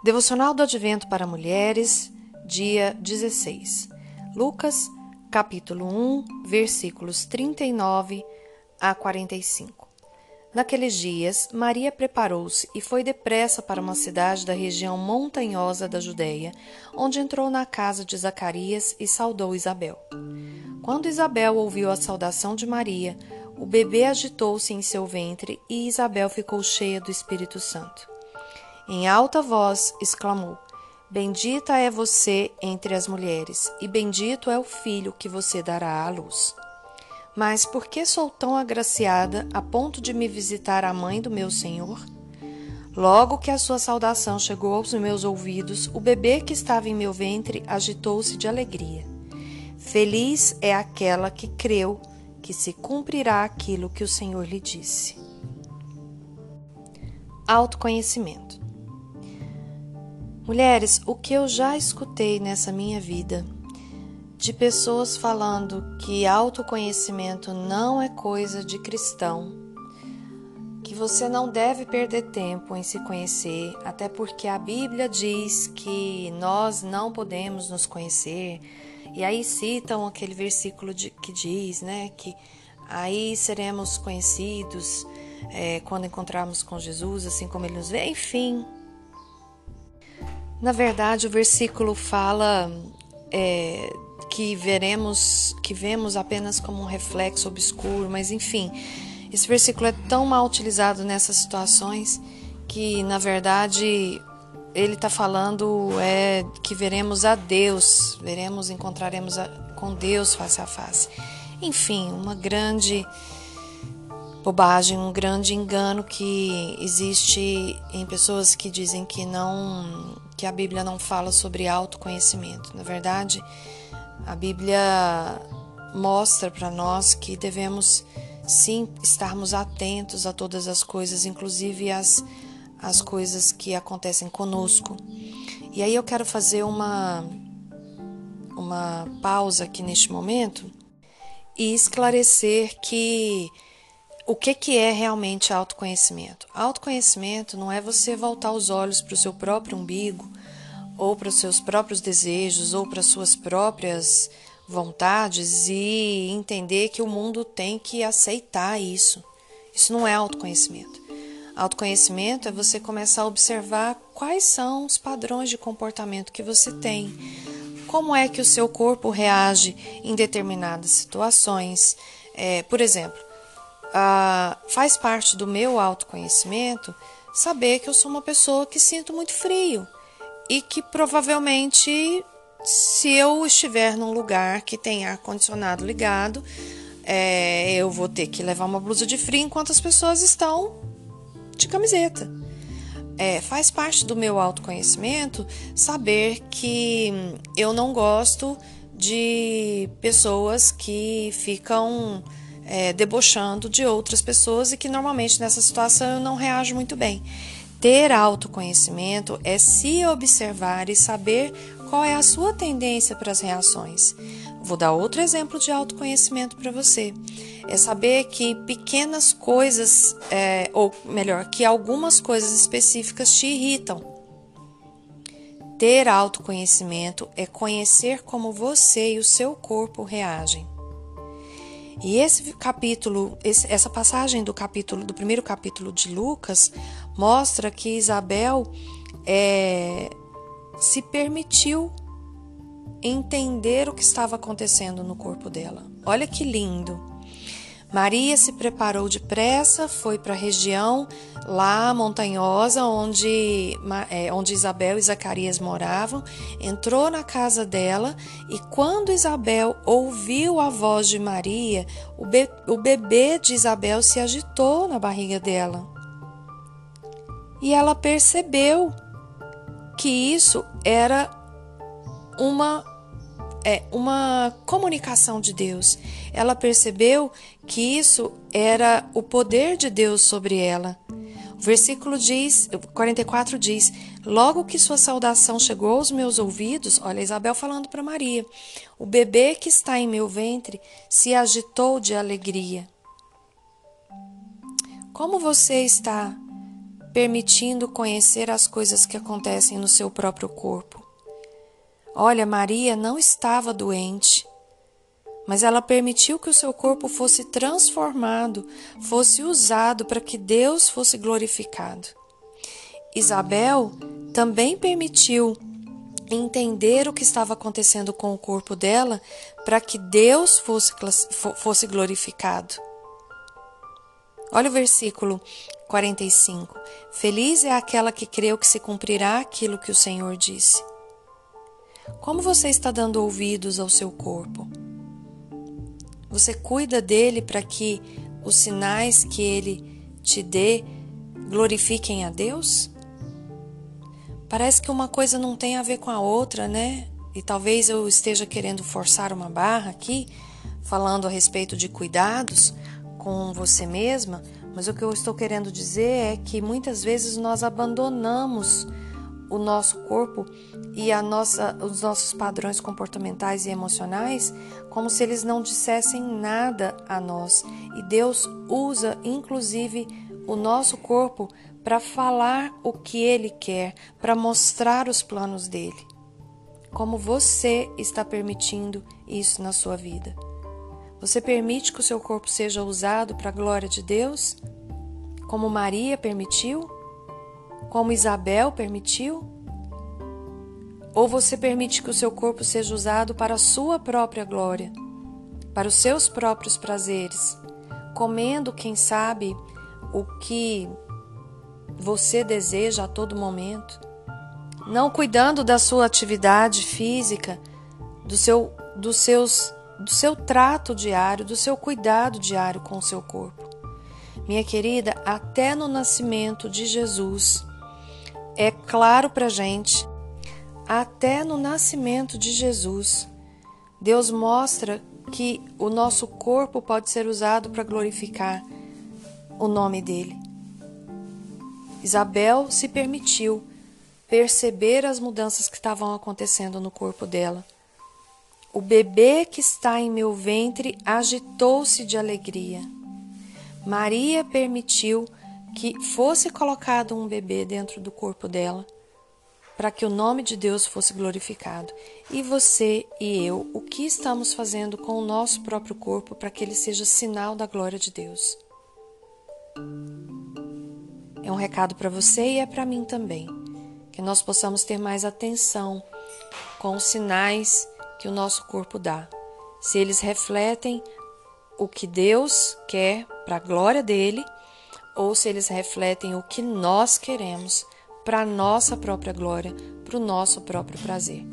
Devocional do Advento para Mulheres, dia 16. Lucas, capítulo 1, versículos 39 a 45. Naqueles dias, Maria preparou-se e foi depressa para uma cidade da região montanhosa da Judéia, onde entrou na casa de Zacarias e saudou Isabel. Quando Isabel ouviu a saudação de Maria, o bebê agitou-se em seu ventre e Isabel ficou cheia do Espírito Santo. Em alta voz exclamou: Bendita é você entre as mulheres, e bendito é o filho que você dará à luz. Mas por que sou tão agraciada a ponto de me visitar a mãe do meu Senhor? Logo que a sua saudação chegou aos meus ouvidos, o bebê que estava em meu ventre agitou-se de alegria. Feliz é aquela que creu que se cumprirá aquilo que o Senhor lhe disse. Autoconhecimento. Mulheres, o que eu já escutei nessa minha vida de pessoas falando que autoconhecimento não é coisa de cristão, que você não deve perder tempo em se conhecer, até porque a Bíblia diz que nós não podemos nos conhecer, e aí citam aquele versículo que diz, que aí seremos conhecidos quando encontrarmos com Jesus, assim como Ele nos vê, enfim. Na verdade, o versículo fala que vemos apenas como um reflexo obscuro, mas enfim, esse versículo é tão mal utilizado nessas situações que, na verdade, ele está falando que veremos a Deus, encontraremos com Deus face a face. Enfim, uma grande bobagem, um grande engano que existe em pessoas que dizem que a Bíblia não fala sobre autoconhecimento. Na verdade, a Bíblia mostra para nós que devemos sim estarmos atentos a todas as coisas, inclusive as coisas que acontecem conosco. E aí eu quero fazer uma pausa aqui neste momento e esclarecer o que é realmente autoconhecimento? Autoconhecimento não é você voltar os olhos para o seu próprio umbigo, ou para os seus próprios desejos, ou para as suas próprias vontades e entender que o mundo tem que aceitar isso. Isso não é autoconhecimento. Autoconhecimento é você começar a observar quais são os padrões de comportamento que você tem, como é que o seu corpo reage em determinadas situações. Por exemplo, faz parte do meu autoconhecimento saber que eu sou uma pessoa que sinto muito frio e que provavelmente, se eu estiver num lugar que tem ar-condicionado ligado, eu vou ter que levar uma blusa de frio enquanto as pessoas estão de camiseta. Faz parte do meu autoconhecimento saber que eu não gosto de pessoas que ficam debochando de outras pessoas e que normalmente nessa situação eu não reajo muito bem. Ter autoconhecimento é se observar e saber qual é a sua tendência para as reações. Vou dar outro exemplo de autoconhecimento para você. É saber que pequenas coisas, ou melhor, que algumas coisas específicas te irritam. Ter autoconhecimento é conhecer como você e o seu corpo reagem. E essa passagem do primeiro capítulo de Lucas mostra que Isabel se permitiu entender o que estava acontecendo no corpo dela. Olha que lindo! Maria se preparou depressa, foi para a região lá montanhosa onde Isabel e Zacarias moravam, entrou na casa dela e quando Isabel ouviu a voz de Maria, o bebê de Isabel se agitou na barriga dela. E ela percebeu que isso era uma comunicação de Deus. Ela percebeu que isso era o poder de Deus sobre ela. O versículo 44 diz: Logo que sua saudação chegou aos meus ouvidos, olha Isabel falando para Maria, o bebê que está em meu ventre se agitou de alegria. Como você está permitindo conhecer as coisas que acontecem no seu próprio corpo. Olha, Maria não estava doente, mas ela permitiu que o seu corpo fosse transformado, fosse usado para que Deus fosse glorificado. Isabel também permitiu entender o que estava acontecendo com o corpo dela para que Deus fosse glorificado. Olha o versículo 45. Feliz é aquela que creu que se cumprirá aquilo que o Senhor disse. Como você está dando ouvidos ao seu corpo? Você cuida dele para que os sinais que ele te dê glorifiquem a Deus? Parece que uma coisa não tem a ver com a outra, né? E talvez eu esteja querendo forçar uma barra aqui, falando a respeito de cuidados com você mesma, mas o que eu estou querendo dizer é que muitas vezes nós abandonamos o nosso corpo e os nossos padrões comportamentais e emocionais como se eles não dissessem nada a nós. E Deus usa, inclusive, o nosso corpo para falar o que Ele quer, para mostrar os planos dele. Como você está permitindo isso na sua vida? Você permite que o seu corpo seja usado para a glória de Deus? Como Maria permitiu? Como Isabel permitiu? Ou você permite que o seu corpo seja usado para a sua própria glória, para os seus próprios prazeres, comendo, quem sabe, o que você deseja a todo momento, não cuidando da sua atividade física, do seu trato diário, do seu cuidado diário com o seu corpo. Minha querida, até no nascimento de Jesus, é claro pra gente, até no nascimento de Jesus, Deus mostra que o nosso corpo pode ser usado para glorificar o nome dele. Isabel se permitiu perceber as mudanças que estavam acontecendo no corpo dela. O bebê que está em meu ventre agitou-se de alegria. Maria permitiu que fosse colocado um bebê dentro do corpo dela, para que o nome de Deus fosse glorificado. E você e eu, o que estamos fazendo com o nosso próprio corpo para que ele seja sinal da glória de Deus? É um recado para você e é para mim também, que nós possamos ter mais atenção com os sinais que o nosso corpo dá. Se eles refletem o que Deus quer para a glória dele, ou se eles refletem o que nós queremos para a nossa própria glória, para o nosso próprio prazer.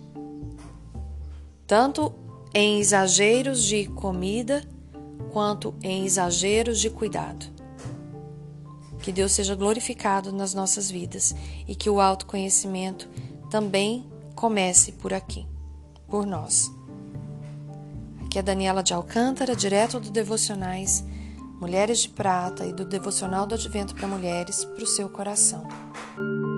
Tanto em exageros de comida, quanto em exageros de cuidado. Que Deus seja glorificado nas nossas vidas e que o autoconhecimento também comece por aqui, por nós. Aqui é Daniela de Alcântara, direto do Devocionais Mulheres de Prata e do Devocional do Advento para Mulheres, para o seu coração.